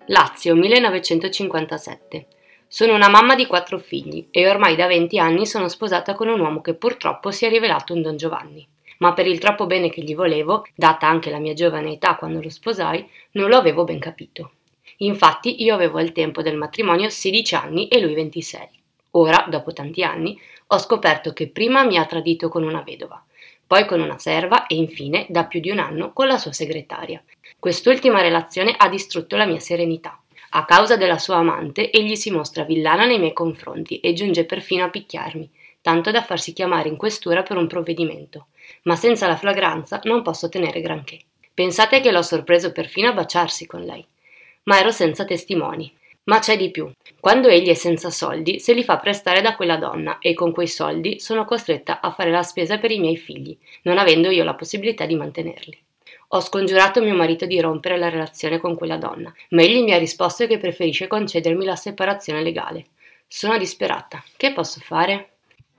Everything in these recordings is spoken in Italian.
Lazio, 1957. Sono una mamma di 4 figli e ormai da 20 anni sono sposata con un uomo che purtroppo si è rivelato un Don Giovanni. Ma per il troppo bene che gli volevo, data anche la mia giovane età quando lo sposai, non lo avevo ben capito. Infatti io avevo al tempo del matrimonio 16 anni e lui 26. Ora, dopo tanti anni, ho scoperto che prima mi ha tradito con una vedova, poi con una serva e infine, da più di un anno, con la sua segretaria. Quest'ultima relazione ha distrutto la mia serenità. A causa della sua amante, egli si mostra villana nei miei confronti e giunge perfino a picchiarmi, tanto da farsi chiamare in questura per un provvedimento. Ma senza la flagranza non posso tenere granché. Pensate che l'ho sorpreso perfino a baciarsi con lei. Ma ero senza testimoni. Ma c'è di più. Quando egli è senza soldi, se li fa prestare da quella donna e con quei soldi sono costretta a fare la spesa per i miei figli, non avendo io la possibilità di mantenerli. Ho scongiurato mio marito di rompere la relazione con quella donna, ma egli mi ha risposto che preferisce concedermi la separazione legale. Sono disperata. Che posso fare?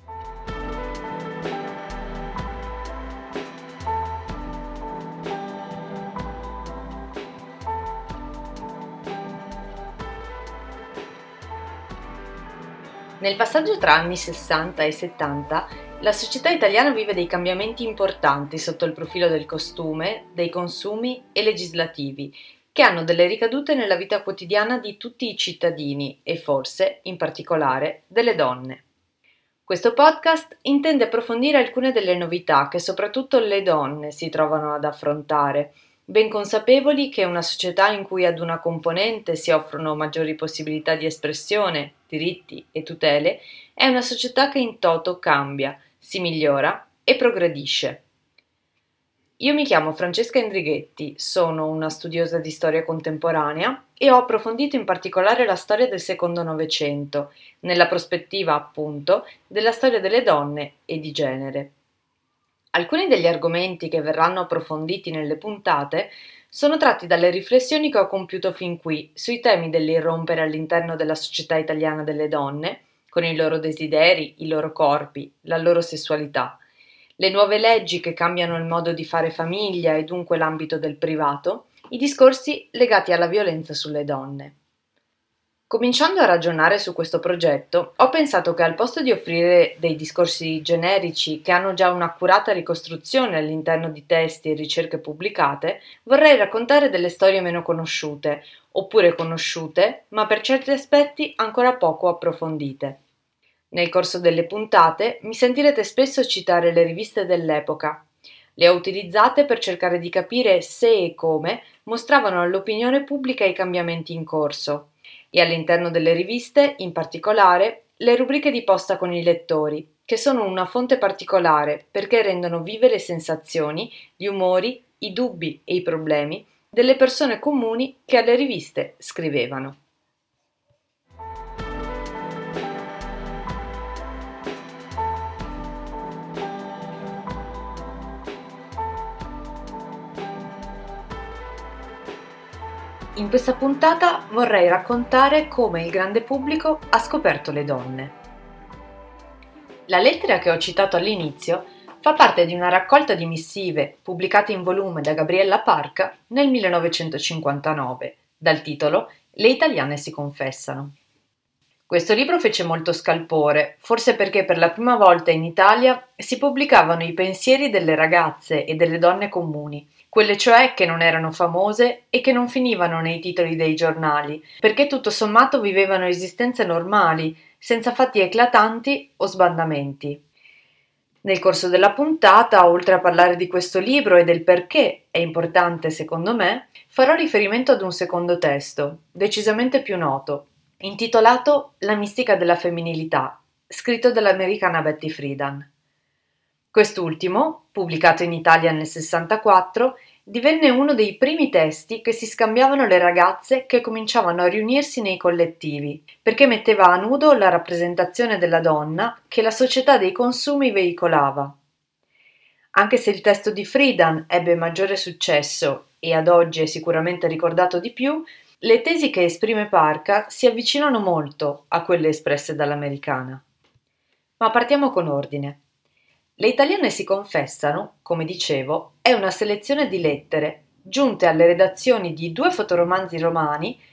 Nel passaggio tra anni 60 e 70, la società italiana vive dei cambiamenti importanti sotto il profilo del costume, dei consumi e legislativi, che hanno delle ricadute nella vita quotidiana di tutti i cittadini e forse, in particolare, delle donne. Questo podcast intende approfondire alcune delle novità che soprattutto le donne si trovano ad affrontare, ben consapevoli che una società in cui ad una componente si offrono maggiori possibilità di espressione, diritti e tutele, è una società che in toto cambia, si migliora e progredisce. Io mi chiamo Francesca Indrighetti, sono una studiosa di storia contemporanea e ho approfondito in particolare la storia del secondo Novecento, nella prospettiva, appunto, della storia delle donne e di genere. Alcuni degli argomenti che verranno approfonditi nelle puntate sono tratti dalle riflessioni che ho compiuto fin qui sui temi dell'irrompere all'interno della società italiana delle donne, con i loro desideri, i loro corpi, la loro sessualità, le nuove leggi che cambiano il modo di fare famiglia e dunque l'ambito del privato, i discorsi legati alla violenza sulle donne. Cominciando a ragionare su questo progetto, ho pensato che al posto di offrire dei discorsi generici che hanno già un'accurata ricostruzione all'interno di testi e ricerche pubblicate, vorrei raccontare delle storie meno conosciute, oppure conosciute, ma per certi aspetti ancora poco approfondite. Nel corso delle puntate mi sentirete spesso citare le riviste dell'epoca. Le ho utilizzate per cercare di capire se e come mostravano all'opinione pubblica i cambiamenti in corso e all'interno delle riviste, in particolare, le rubriche di posta con i lettori, che sono una fonte particolare perché rendono vive le sensazioni, gli umori, i dubbi e i problemi delle persone comuni che alle riviste scrivevano. In questa puntata vorrei raccontare come il grande pubblico ha scoperto le donne. La lettera che ho citato all'inizio fa parte di una raccolta di missive pubblicate in volume da Gabriella Parca nel 1959, dal titolo Le italiane si confessano. Questo libro fece molto scalpore, forse perché per la prima volta in Italia si pubblicavano i pensieri delle ragazze e delle donne comuni, quelle cioè che non erano famose e che non finivano nei titoli dei giornali, perché tutto sommato vivevano esistenze normali, senza fatti eclatanti o sbandamenti. Nel corso della puntata, oltre a parlare di questo libro e del perché è importante secondo me, farò riferimento ad un secondo testo, decisamente più noto, intitolato La mistica della femminilità, scritto dall'americana Betty Friedan. Quest'ultimo, pubblicato in Italia nel 64, divenne uno dei primi testi che si scambiavano le ragazze che cominciavano a riunirsi nei collettivi, perché metteva a nudo la rappresentazione della donna che la società dei consumi veicolava. Anche se il testo di Friedan ebbe maggiore successo e ad oggi è sicuramente ricordato di più, le tesi che esprime Parca si avvicinano molto a quelle espresse dall'americana. Ma partiamo con ordine. Le italiane si confessano, come dicevo, è una selezione di lettere giunte alle redazioni di 2 fotoromanzi romani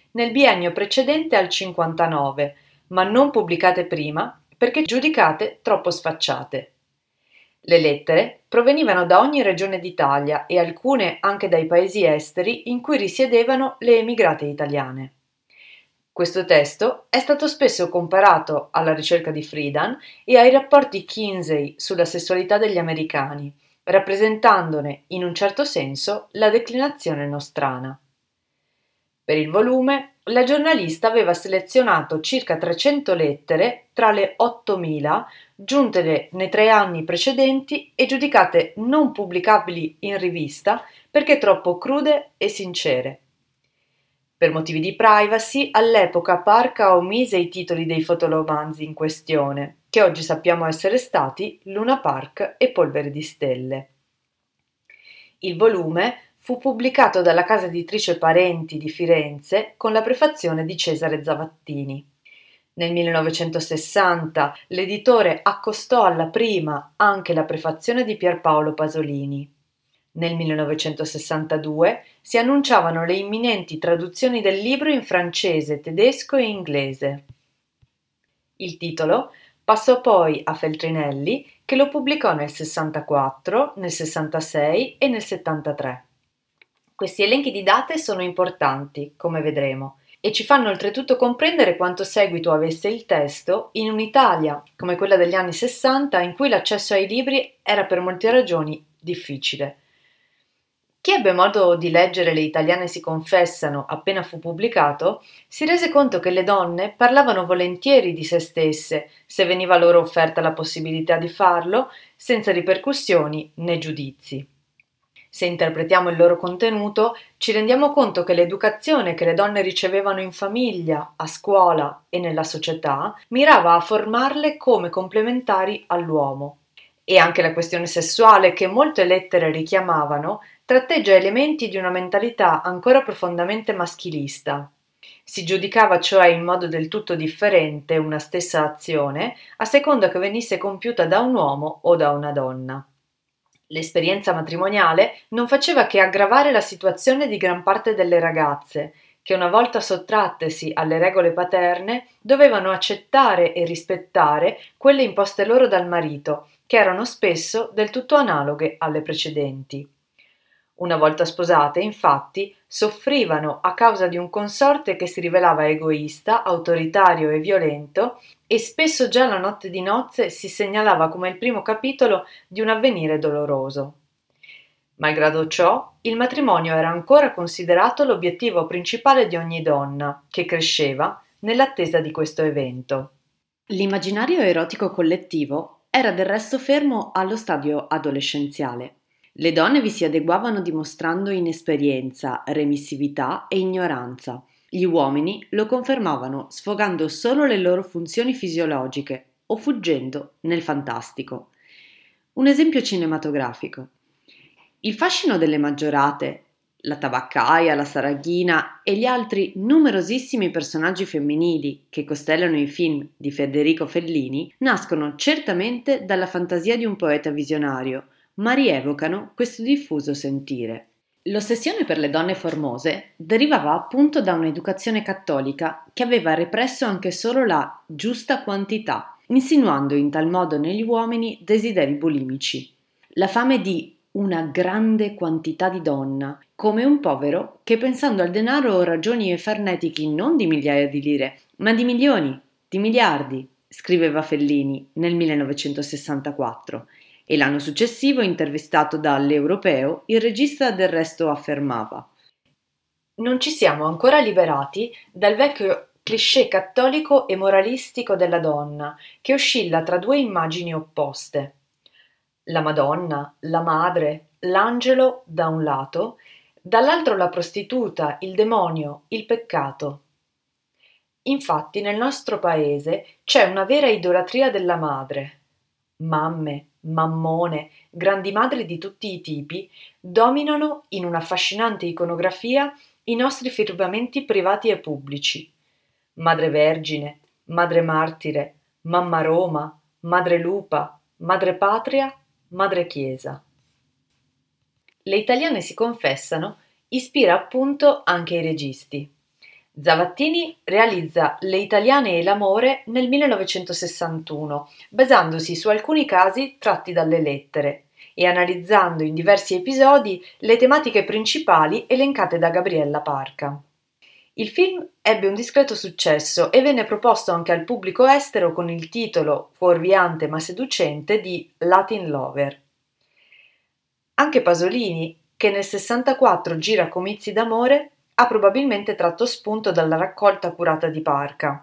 nel biennio precedente al 59, ma non pubblicate prima perché giudicate troppo sfacciate. Le lettere provenivano da ogni regione d'Italia e alcune anche dai paesi esteri in cui risiedevano le emigrate italiane. Questo testo è stato spesso comparato alla ricerca di Friedan e ai rapporti Kinsey sulla sessualità degli americani, rappresentandone, in un certo senso, la declinazione nostrana. Per il volume, la giornalista aveva selezionato circa 300 lettere tra le 8.000 giunte nei 3 anni precedenti e giudicate non pubblicabili in rivista perché troppo crude e sincere. Per motivi di privacy, all'epoca Parca omise i titoli dei fotoromanzi in questione, che oggi sappiamo essere stati Luna Park e Polvere di stelle. Il volume fu pubblicato dalla casa editrice Parenti di Firenze con la prefazione di Cesare Zavattini. Nel 1960 l'editore accostò alla prima anche la prefazione di Pierpaolo Pasolini. Nel 1962 si annunciavano le imminenti traduzioni del libro in francese, tedesco e inglese. Il titolo passò poi a Feltrinelli, che lo pubblicò nel 64, nel 66 e nel 73. Questi elenchi di date sono importanti, come vedremo, e ci fanno oltretutto comprendere quanto seguito avesse il testo in un'Italia, come quella degli anni 60, in cui l'accesso ai libri era per molte ragioni difficile. Chi ebbe modo di leggere Le italiane si confessano appena fu pubblicato, si rese conto che le donne parlavano volentieri di se stesse, se veniva loro offerta la possibilità di farlo, senza ripercussioni né giudizi. Se interpretiamo il loro contenuto, ci rendiamo conto che l'educazione che le donne ricevevano in famiglia, a scuola e nella società mirava a formarle come complementari all'uomo. E anche la questione sessuale, che molte lettere richiamavano, tratteggia elementi di una mentalità ancora profondamente maschilista. Si giudicava cioè in modo del tutto differente una stessa azione a seconda che venisse compiuta da un uomo o da una donna. L'esperienza matrimoniale non faceva che aggravare la situazione di gran parte delle ragazze, che una volta sottrattesi alle regole paterne dovevano accettare e rispettare quelle imposte loro dal marito, che erano spesso del tutto analoghe alle precedenti. Una volta sposate, infatti, soffrivano a causa di un consorte che si rivelava egoista, autoritario e violento, e spesso già la notte di nozze si segnalava come il primo capitolo di un avvenire doloroso. Malgrado ciò, il matrimonio era ancora considerato l'obiettivo principale di ogni donna, che cresceva nell'attesa di questo evento. L'immaginario erotico collettivo era del resto fermo allo stadio adolescenziale. Le donne vi si adeguavano dimostrando inesperienza, remissività e ignoranza. Gli uomini lo confermavano sfogando solo le loro funzioni fisiologiche o fuggendo nel fantastico. Un esempio cinematografico. Il fascino delle maggiorate, la tabaccaia, la saraghina e gli altri numerosissimi personaggi femminili che costellano i film di Federico Fellini nascono certamente dalla fantasia di un poeta visionario, ma rievocano questo diffuso sentire. L'ossessione per le donne formose derivava appunto da un'educazione cattolica che aveva represso anche solo la giusta quantità, insinuando in tal modo negli uomini desideri bulimici. La fame di una grande quantità di donna, come un povero che pensando al denaro ragioni e farnetichi non di migliaia di lire, ma di milioni, di miliardi, scriveva Fellini nel 1964. E l'anno successivo, intervistato dall'Europeo, il regista del resto affermava: Non ci siamo ancora liberati dal vecchio cliché cattolico e moralistico della donna, che oscilla tra due immagini opposte. La Madonna, la Madre, l'angelo da un lato, dall'altro la prostituta, il demonio, il peccato. Infatti nel nostro paese c'è una vera idolatria della madre. Mamme, mammone, grandi madri di tutti i tipi dominano in un'affascinante iconografia i nostri firmamenti privati e pubblici. Madre Vergine, Madre Martire, Mamma Roma, Madre Lupa, Madre Patria, Madre Chiesa. Le italiane si confessano ispira appunto anche i registi. Zavattini realizza Le italiane e l'amore nel 1961, basandosi su alcuni casi tratti dalle lettere e analizzando in diversi episodi le tematiche principali elencate da Gabriella Parca. Il film ebbe un discreto successo e venne proposto anche al pubblico estero con il titolo, fuorviante ma seducente, di Latin Lover. Anche Pasolini, che nel 64 gira Comizi d'amore, ha probabilmente tratto spunto dalla raccolta curata di Parca.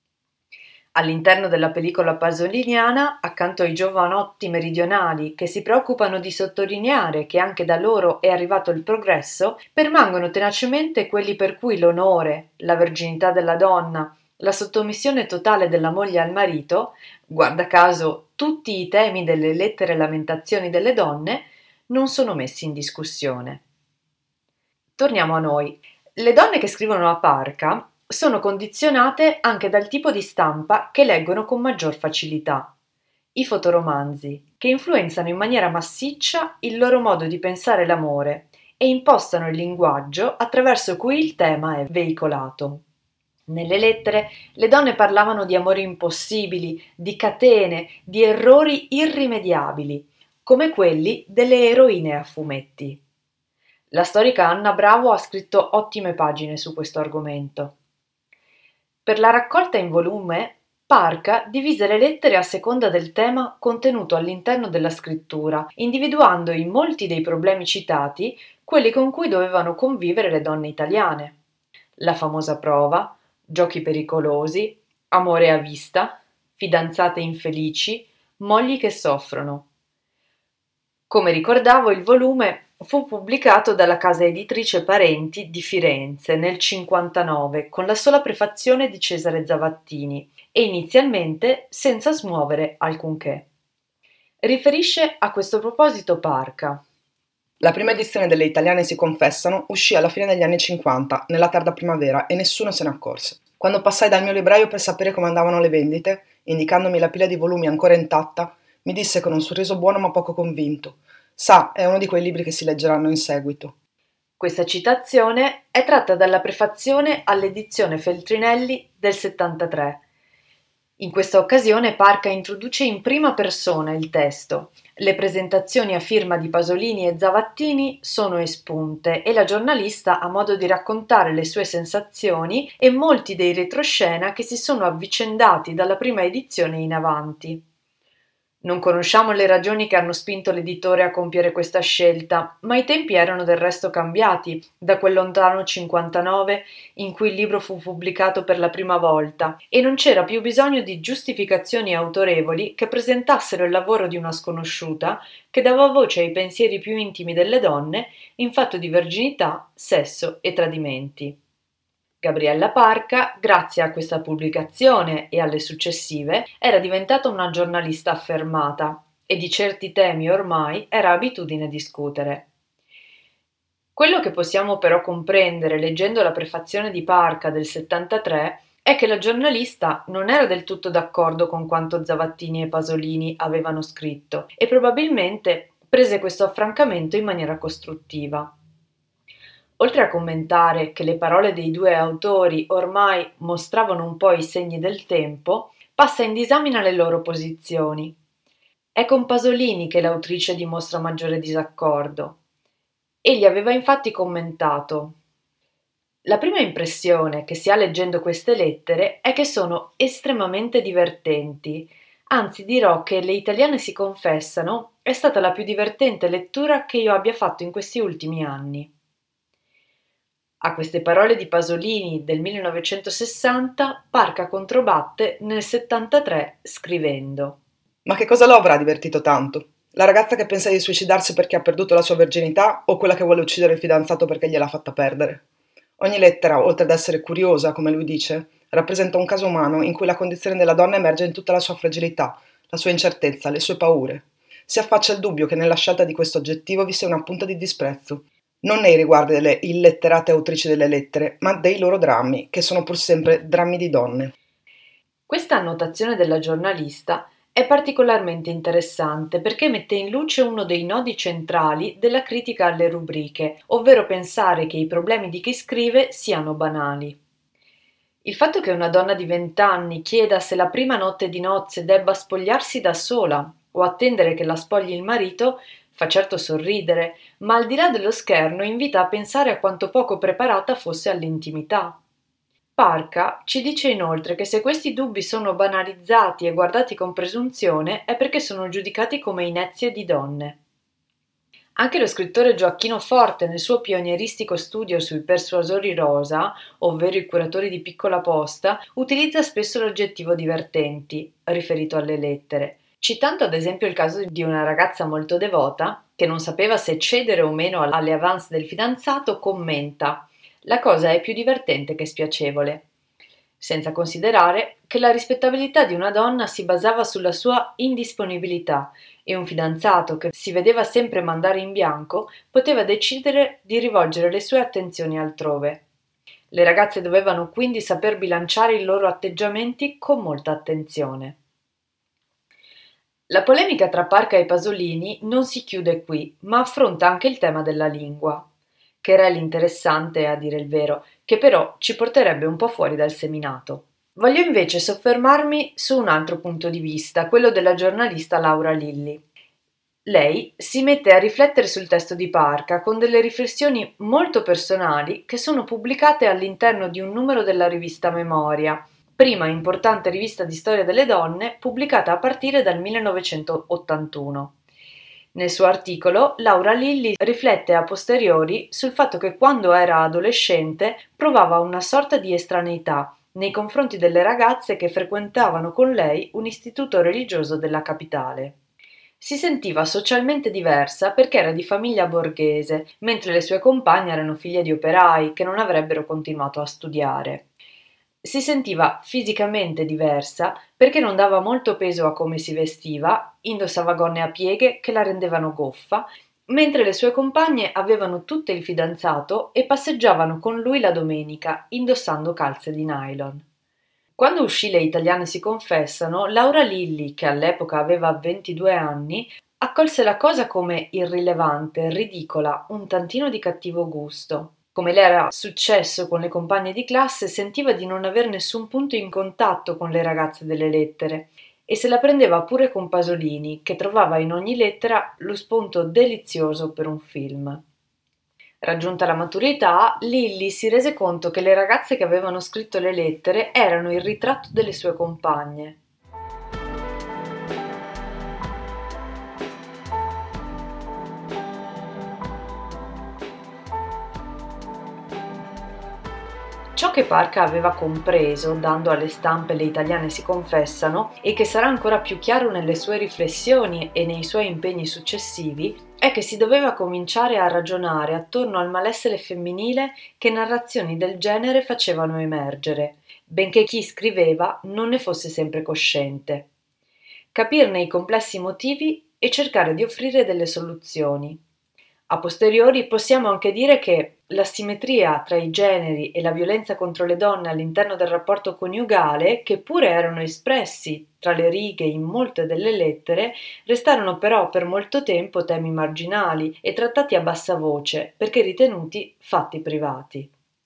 All'interno della pellicola pasoliniana, accanto ai giovanotti meridionali che si preoccupano di sottolineare che anche da loro è arrivato il progresso, permangono tenacemente quelli per cui l'onore, la verginità della donna, la sottomissione totale della moglie al marito, guarda caso tutti i temi delle lettere e lamentazioni delle donne, non sono messi in discussione. Torniamo a noi. Le donne che scrivono a Parca sono condizionate anche dal tipo di stampa che leggono con maggior facilità. I fotoromanzi, che influenzano in maniera massiccia il loro modo di pensare l'amore e impostano il linguaggio attraverso cui il tema è veicolato. Nelle lettere le donne parlavano di amori impossibili, di catene, di errori irrimediabili, come quelli delle eroine a fumetti. La storica Anna Bravo ha scritto ottime pagine su questo argomento. Per la raccolta in volume, Parca divise le lettere a seconda del tema contenuto all'interno della scrittura, individuando in molti dei problemi citati quelli con cui dovevano convivere le donne italiane. La famosa prova, giochi pericolosi, amore a vista, fidanzate infelici, mogli che soffrono. Come ricordavo, il volume fu pubblicato dalla casa editrice Parenti di Firenze nel 1959 con la sola prefazione di Cesare Zavattini e inizialmente senza smuovere alcunché. Riferisce a questo proposito Parca. La prima edizione delle Italiane si confessano uscì alla fine degli anni 50, nella tarda primavera, e nessuno se ne accorse. Quando passai dal mio libraio per sapere come andavano le vendite, indicandomi la pila di volumi ancora intatta, mi disse con un sorriso buono ma poco convinto: «Sa, è uno di quei libri che si leggeranno in seguito». Questa citazione è tratta dalla prefazione all'edizione Feltrinelli del 73. In questa occasione Parca introduce in prima persona il testo. Le presentazioni a firma di Pasolini e Zavattini sono espunte e la giornalista ha modo di raccontare le sue sensazioni e molti dei retroscena che si sono avvicendati dalla prima edizione in avanti. Non conosciamo le ragioni che hanno spinto l'editore a compiere questa scelta, ma i tempi erano del resto cambiati da quel lontano 59 in cui il libro fu pubblicato per la prima volta e non c'era più bisogno di giustificazioni autorevoli che presentassero il lavoro di una sconosciuta che dava voce ai pensieri più intimi delle donne in fatto di verginità, sesso e tradimenti. Gabriella Parca, grazie a questa pubblicazione e alle successive, era diventata una giornalista affermata e di certi temi ormai era abitudine discutere. Quello che possiamo però comprendere leggendo la prefazione di Parca del 73 è che la giornalista non era del tutto d'accordo con quanto Zavattini e Pasolini avevano scritto e probabilmente prese questo affrancamento in maniera costruttiva. Oltre a commentare che le parole dei due autori ormai mostravano un po' i segni del tempo, passa in disamina le loro posizioni. È con Pasolini che l'autrice dimostra maggiore disaccordo. Egli aveva infatti commentato: «La prima impressione che si ha leggendo queste lettere è che sono estremamente divertenti, anzi dirò che Le italiane si confessano è stata la più divertente lettura che io abbia fatto in questi ultimi anni». A queste parole di Pasolini del 1960, Parca controbatte nel 73 scrivendo: «Ma che cosa lo avrà divertito tanto? La ragazza che pensa di suicidarsi perché ha perduto la sua verginità o quella che vuole uccidere il fidanzato perché gliel'ha fatta perdere? Ogni lettera, oltre ad essere curiosa, come lui dice, rappresenta un caso umano in cui la condizione della donna emerge in tutta la sua fragilità, la sua incertezza, le sue paure. Si affaccia il dubbio che nella scelta di questo aggettivo vi sia una punta di disprezzo, non nei riguardi delle illetterate autrici delle lettere, ma dei loro drammi, che sono pur sempre drammi di donne». Questa annotazione della giornalista è particolarmente interessante perché mette in luce uno dei nodi centrali della critica alle rubriche, ovvero pensare che i problemi di chi scrive siano banali. Il fatto che una donna di 20 anni chieda se la prima notte di nozze debba spogliarsi da sola o attendere che la spogli il marito fa certo sorridere, ma al di là dello scherno invita a pensare a quanto poco preparata fosse all'intimità. Parca ci dice inoltre che se questi dubbi sono banalizzati e guardati con presunzione è perché sono giudicati come inezie di donne. Anche lo scrittore Gioacchino Forte, nel suo pionieristico studio sui persuasori rosa, ovvero i curatori di piccola posta, utilizza spesso l'aggettivo divertenti, riferito alle lettere, citando ad esempio il caso di una ragazza molto devota, che non sapeva se cedere o meno alle avance del fidanzato, commenta: «La cosa è più divertente che spiacevole», senza considerare che la rispettabilità di una donna si basava sulla sua indisponibilità e un fidanzato che si vedeva sempre mandare in bianco poteva decidere di rivolgere le sue attenzioni altrove. Le ragazze dovevano quindi saper bilanciare i loro atteggiamenti con molta attenzione. La polemica tra Parca e Pasolini non si chiude qui, ma affronta anche il tema della lingua. Querela interessante, a dire il vero, che però ci porterebbe un po' fuori dal seminato. Voglio invece soffermarmi su un altro punto di vista, quello della giornalista Laura Lilli. Lei si mette a riflettere sul testo di Parca con delle riflessioni molto personali che sono pubblicate all'interno di un numero della rivista Memoria, prima importante rivista di storia delle donne pubblicata a partire dal 1981. Nel suo articolo, Laura Lilli riflette a posteriori sul fatto che quando era adolescente provava una sorta di estraneità nei confronti delle ragazze che frequentavano con lei un istituto religioso della capitale. Si sentiva socialmente diversa perché era di famiglia borghese, mentre le sue compagne erano figlie di operai che non avrebbero continuato a studiare. Si sentiva fisicamente diversa perché non dava molto peso a come si vestiva, indossava gonne a pieghe che la rendevano goffa, mentre le sue compagne avevano tutte il fidanzato e passeggiavano con lui la domenica, indossando calze di nylon. Quando uscì Le italiane si confessano, Laura Lilli, che all'epoca aveva 22 anni, accolse la cosa come irrilevante, ridicola, un tantino di cattivo gusto. Come le era successo con le compagne di classe, sentiva di non aver nessun punto in contatto con le ragazze delle lettere e se la prendeva pure con Pasolini, che trovava in ogni lettera lo spunto delizioso per un film. Raggiunta la maturità, Lilli si rese conto che le ragazze che avevano scritto le lettere erano il ritratto delle sue compagne. Ciò che Parca aveva compreso, dando alle stampe Le italiane si confessano, e che sarà ancora più chiaro nelle sue riflessioni e nei suoi impegni successivi, è che si doveva cominciare a ragionare attorno al malessere femminile che narrazioni del genere facevano emergere, benché chi scriveva non ne fosse sempre cosciente. Capirne i complessi motivi e cercare di offrire delle soluzioni. A posteriori possiamo anche dire che l'asimmetria tra i generi e la violenza contro le donne all'interno del rapporto coniugale, che pure erano espressi tra le righe in molte delle lettere, restarono però per molto tempo temi marginali e trattati a bassa voce, perché ritenuti fatti privati.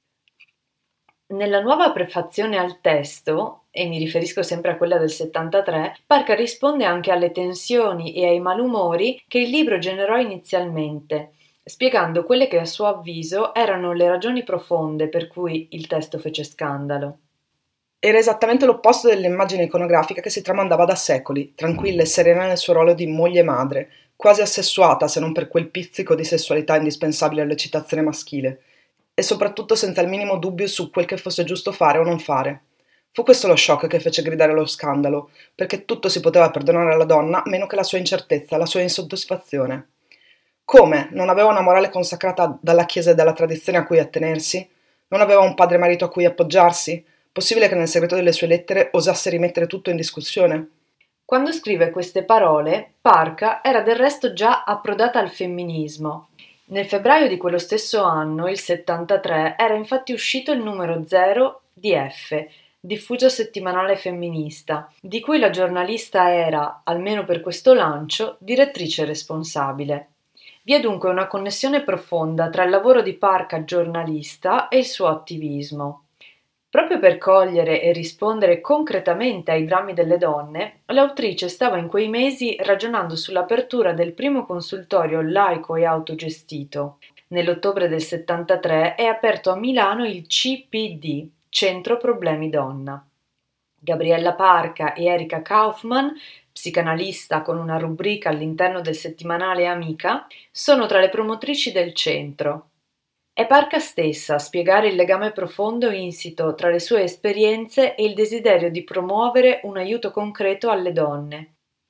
Nella nuova prefazione al testo, e mi riferisco sempre a quella del 73, Parca risponde anche alle tensioni e ai malumori che il libro generò inizialmente, spiegando quelle che a suo avviso erano le ragioni profonde per cui il testo fece scandalo. Era esattamente l'opposto dell'immagine iconografica che si tramandava da secoli, tranquilla e serena nel suo ruolo di moglie madre, quasi assessuata se non per quel pizzico di sessualità indispensabile all'eccitazione maschile, e soprattutto senza il minimo dubbio su quel che fosse giusto fare o non fare. Fu questo lo shock che fece gridare lo scandalo, perché tutto si poteva perdonare alla donna meno che la sua incertezza, la sua insoddisfazione. Come? Non aveva una morale consacrata dalla Chiesa e dalla tradizione a cui attenersi? Non aveva un padre marito a cui appoggiarsi? Possibile che nel segreto delle sue lettere osasse rimettere tutto in discussione? Quando scrive queste parole, Parca era del resto già approdata al femminismo. Nel febbraio di quello stesso anno, il 73, era infatti uscito il numero 0 di F, diffuso settimanale femminista, di cui la giornalista era, almeno per questo lancio, direttrice responsabile. Vi è dunque una connessione profonda tra il lavoro di Parca giornalista e il suo attivismo. Proprio per cogliere e rispondere concretamente ai drammi delle donne, l'autrice stava in quei mesi ragionando sull'apertura del primo consultorio laico e autogestito. Nell'ottobre del 73 è aperto a Milano il CPD, Centro Problemi Donna. Gabriella Parca e Erika Kaufmann, psicanalista con una rubrica all'interno del settimanale Amica, sono tra le promotrici del centro. È Parca stessa a spiegare il legame profondo insito tra le sue esperienze e il desiderio di promuovere un aiuto concreto alle donne.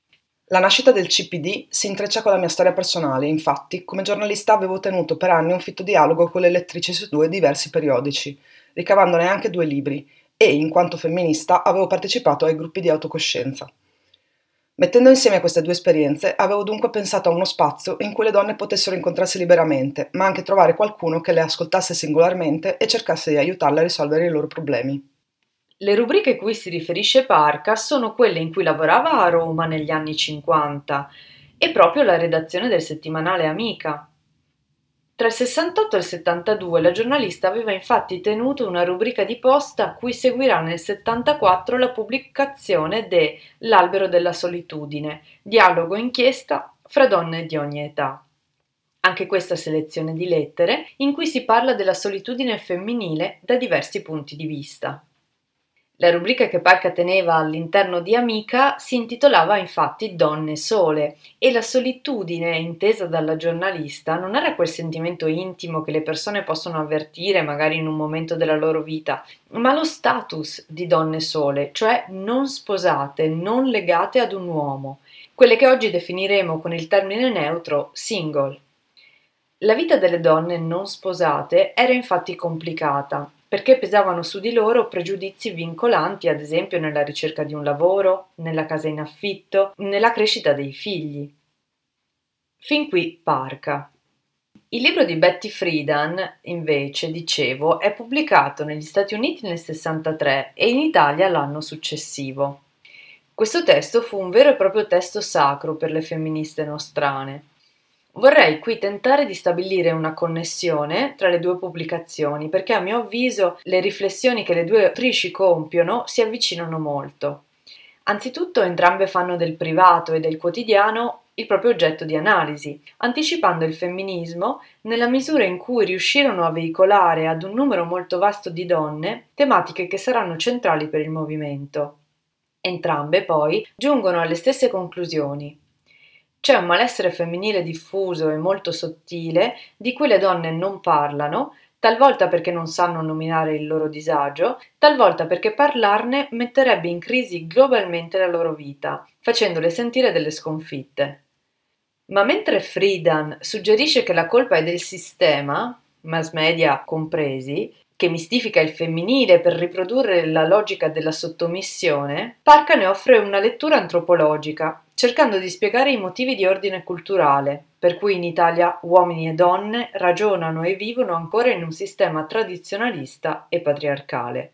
La nascita del CPD si intreccia con la mia storia personale, infatti, come giornalista avevo tenuto per anni un fitto dialogo con le lettrici su 2 diversi periodici, ricavandone anche 2 libri, e, in quanto femminista, avevo partecipato ai gruppi di autocoscienza. Mettendo insieme queste 2 esperienze, avevo dunque pensato a uno spazio in cui le donne potessero incontrarsi liberamente, ma anche trovare qualcuno che le ascoltasse singolarmente e cercasse di aiutarle a risolvere i loro problemi. Le rubriche cui si riferisce Parca sono quelle in cui lavorava a Roma negli anni 50 e proprio la redazione del settimanale Amica. Tra il 68 e il 72 la giornalista aveva infatti tenuto una rubrica di posta a cui seguirà nel 74 la pubblicazione de L'albero della solitudine, dialogo inchiesta fra donne di ogni età. Anche questa selezione di lettere in cui si parla della solitudine femminile da diversi punti di vista. La rubrica che Parca teneva all'interno di Amica si intitolava infatti Donne sole e la solitudine intesa dalla giornalista non era quel sentimento intimo che le persone possono avvertire magari in un momento della loro vita, ma lo status di donne sole, cioè non sposate, non legate ad un uomo, quelle che oggi definiremo con il termine neutro single. La vita delle donne non sposate era infatti complicata, perché pesavano su di loro pregiudizi vincolanti, ad esempio nella ricerca di un lavoro, nella casa in affitto, nella crescita dei figli. Fin qui Parca. Il libro di Betty Friedan, invece, dicevo, è pubblicato negli Stati Uniti nel 63 e in Italia l'anno successivo. Questo testo fu un vero e proprio testo sacro per le femministe nostrane. Vorrei qui tentare di stabilire una connessione tra le 2 pubblicazioni perché a mio avviso le riflessioni che le 2 autrici compiono si avvicinano molto. Anzitutto entrambe fanno del privato e del quotidiano il proprio oggetto di analisi, anticipando il femminismo nella misura in cui riuscirono a veicolare ad un numero molto vasto di donne tematiche che saranno centrali per il movimento. Entrambe poi giungono alle stesse conclusioni. C'è un malessere femminile diffuso e molto sottile di cui le donne non parlano, talvolta perché non sanno nominare il loro disagio, talvolta perché parlarne metterebbe in crisi globalmente la loro vita, facendole sentire delle sconfitte. Ma mentre Friedan suggerisce che la colpa è del sistema, mass media compresi, che mistifica il femminile per riprodurre la logica della sottomissione, Parca ne offre una lettura antropologica, cercando di spiegare i motivi di ordine culturale, per cui in Italia uomini e donne ragionano e vivono ancora in un sistema tradizionalista e patriarcale.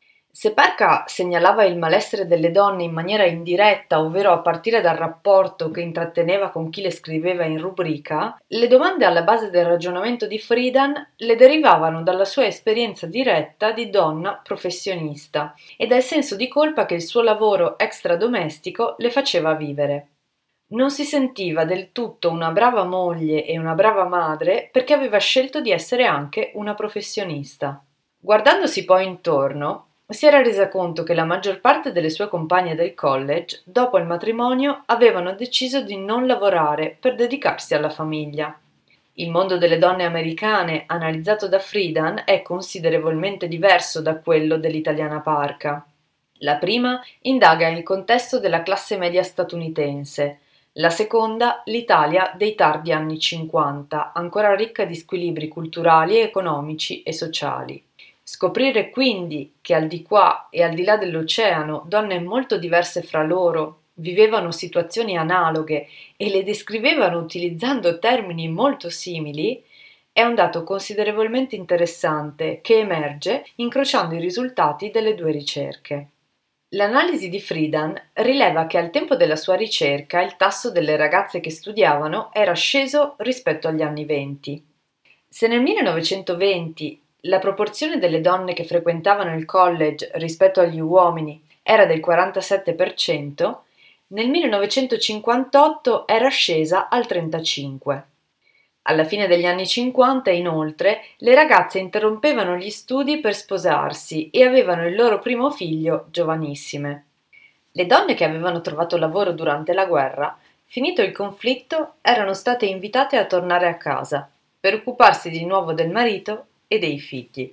Se Parca segnalava il malessere delle donne in maniera indiretta, ovvero a partire dal rapporto che intratteneva con chi le scriveva in rubrica, le domande alla base del ragionamento di Friedan le derivavano dalla sua esperienza diretta di donna professionista e dal senso di colpa che il suo lavoro extradomestico le faceva vivere. Non si sentiva del tutto una brava moglie e una brava madre perché aveva scelto di essere anche una professionista. Guardandosi poi intorno, si era resa conto che la maggior parte delle sue compagne del college, dopo il matrimonio, avevano deciso di non lavorare per dedicarsi alla famiglia. Il mondo delle donne americane, analizzato da Friedan, è considerevolmente diverso da quello dell'italiana Parca. La prima indaga il contesto della classe media statunitense, la seconda l'Italia dei tardi anni 50, ancora ricca di squilibri culturali, economici e sociali. Scoprire quindi che al di qua e al di là dell'oceano donne molto diverse fra loro vivevano situazioni analoghe e le descrivevano utilizzando termini molto simili è un dato considerevolmente interessante che emerge incrociando i risultati delle 2 ricerche. L'analisi di Friedan rileva che al tempo della sua ricerca il tasso delle ragazze che studiavano era sceso rispetto agli anni 20. Se nel 1920 la proporzione delle donne che frequentavano il college rispetto agli uomini era del 47%, nel 1958 era scesa al 35%. Alla fine degli anni 50, inoltre, le ragazze interrompevano gli studi per sposarsi e avevano il loro primo figlio giovanissime. Le donne che avevano trovato lavoro durante la guerra, finito il conflitto, erano state invitate a tornare a casa per occuparsi di nuovo del marito e dei figli.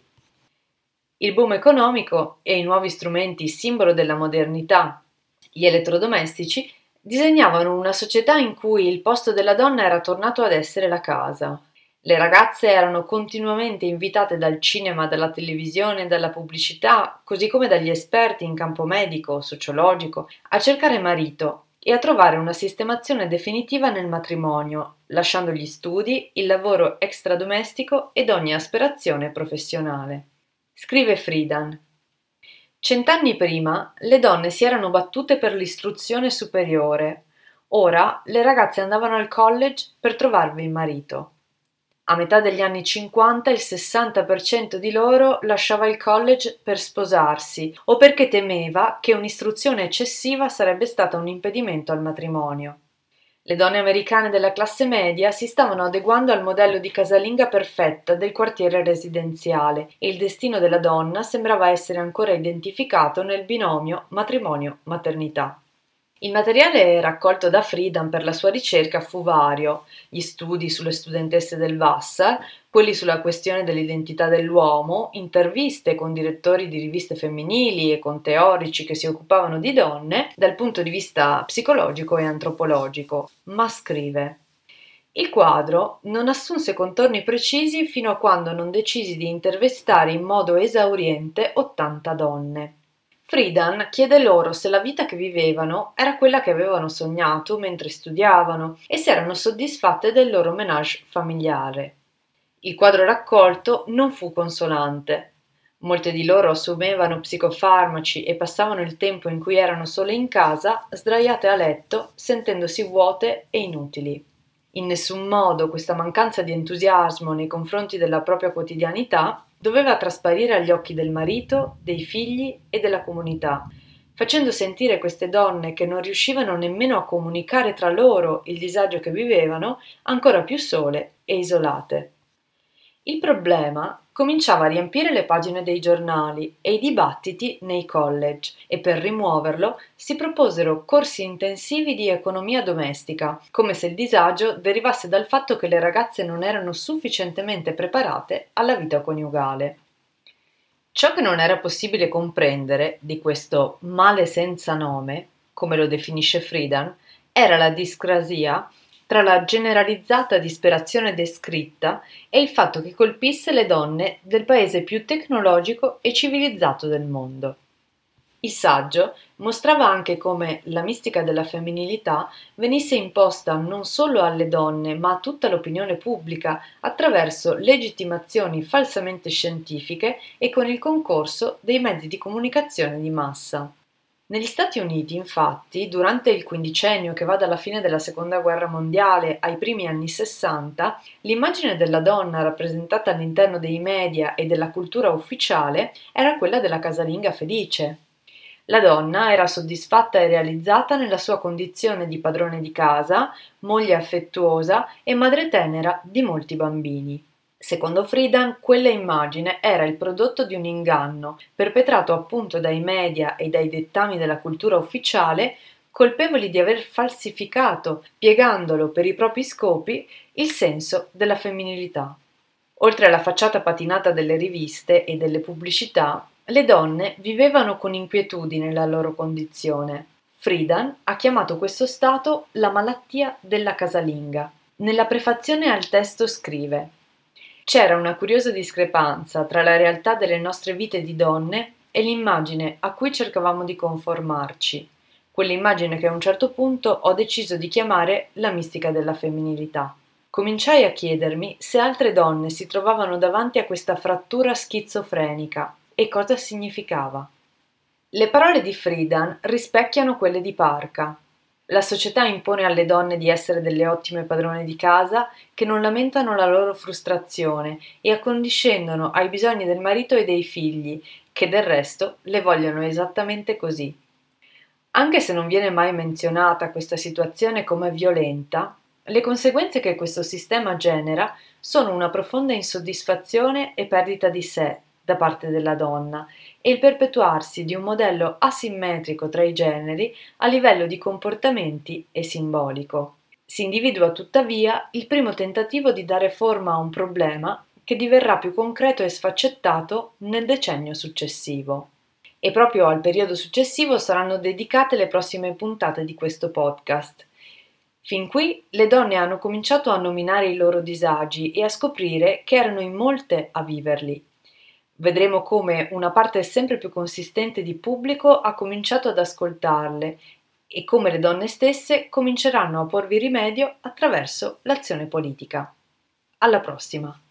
Il boom economico e i nuovi strumenti simbolo della modernità, gli elettrodomestici, disegnavano una società in cui il posto della donna era tornato ad essere la casa. Le ragazze erano continuamente invitate dal cinema, dalla televisione, dalla pubblicità, così come dagli esperti in campo medico, sociologico, a cercare marito e a trovare una sistemazione definitiva nel matrimonio, lasciando gli studi, il lavoro extradomestico ed ogni aspirazione professionale. Scrive Friedan: 100 anni prima le donne si erano battute per l'istruzione superiore, ora le ragazze andavano al college per trovarvi marito. A metà degli anni 50 il 60% di loro lasciava il college per sposarsi o perché temeva che un'istruzione eccessiva sarebbe stata un impedimento al matrimonio. Le donne americane della classe media si stavano adeguando al modello di casalinga perfetta del quartiere residenziale e il destino della donna sembrava essere ancora identificato nel binomio matrimonio-maternità. Il materiale raccolto da Friedan per la sua ricerca fu vario: gli studi sulle studentesse del Vassar, quelli sulla questione dell'identità dell'uomo, interviste con direttori di riviste femminili e con teorici che si occupavano di donne dal punto di vista psicologico e antropologico. Ma scrive: il quadro non assunse contorni precisi fino a quando non decisi di intervistare in modo esauriente 80 donne. Friedan chiede loro se la vita che vivevano era quella che avevano sognato mentre studiavano e se erano soddisfatte del loro ménage familiare. Il quadro raccolto non fu consolante. Molte di loro assumevano psicofarmaci e passavano il tempo in cui erano sole in casa, sdraiate a letto, sentendosi vuote e inutili. In nessun modo questa mancanza di entusiasmo nei confronti della propria quotidianità doveva trasparire agli occhi del marito, dei figli e della comunità, facendo sentire queste donne che non riuscivano nemmeno a comunicare tra loro il disagio che vivevano, ancora più sole e isolate. Il problema cominciava a riempire le pagine dei giornali e i dibattiti nei college e per rimuoverlo si proposero corsi intensivi di economia domestica, come se il disagio derivasse dal fatto che le ragazze non erano sufficientemente preparate alla vita coniugale. Ciò che non era possibile comprendere di questo male senza nome, come lo definisce Friedan, era la discrasia tra la generalizzata disperazione descritta e il fatto che colpisse le donne del paese più tecnologico e civilizzato del mondo. Il saggio mostrava anche come la mistica della femminilità venisse imposta non solo alle donne ma a tutta l'opinione pubblica attraverso legittimazioni falsamente scientifiche e con il concorso dei mezzi di comunicazione di massa. Negli Stati Uniti, infatti, durante il quindicennio che va dalla fine della Seconda Guerra Mondiale ai primi anni 60, l'immagine della donna rappresentata all'interno dei media e della cultura ufficiale era quella della casalinga felice. La donna era soddisfatta e realizzata nella sua condizione di padrone di casa, moglie affettuosa e madre tenera di molti bambini. Secondo Friedan, quella immagine era il prodotto di un inganno, perpetrato appunto dai media e dai dettami della cultura ufficiale, colpevoli di aver falsificato, piegandolo per i propri scopi, il senso della femminilità. Oltre alla facciata patinata delle riviste e delle pubblicità, le donne vivevano con inquietudine la loro condizione. Friedan ha chiamato questo stato la malattia della casalinga. Nella prefazione al testo scrive: c'era una curiosa discrepanza tra la realtà delle nostre vite di donne e l'immagine a cui cercavamo di conformarci, quell'immagine che a un certo punto ho deciso di chiamare la mistica della femminilità. Cominciai a chiedermi se altre donne si trovavano davanti a questa frattura schizofrenica e cosa significava. Le parole di Friedan rispecchiano quelle di Parca. La società impone alle donne di essere delle ottime padrone di casa che non lamentano la loro frustrazione e accondiscendono ai bisogni del marito e dei figli, che del resto le vogliono esattamente così. Anche se non viene mai menzionata questa situazione come violenta, le conseguenze che questo sistema genera sono una profonda insoddisfazione e perdita di sé da parte della donna e il perpetuarsi di un modello asimmetrico tra i generi a livello di comportamenti e simbolico. Si individua tuttavia il primo tentativo di dare forma a un problema che diverrà più concreto e sfaccettato nel decennio successivo. E proprio al periodo successivo saranno dedicate le prossime puntate di questo podcast. Fin qui le donne hanno cominciato a nominare i loro disagi e a scoprire che erano in molte a viverli. Vedremo come una parte sempre più consistente di pubblico ha cominciato ad ascoltarle e come le donne stesse cominceranno a porvi rimedio attraverso l'azione politica. Alla prossima!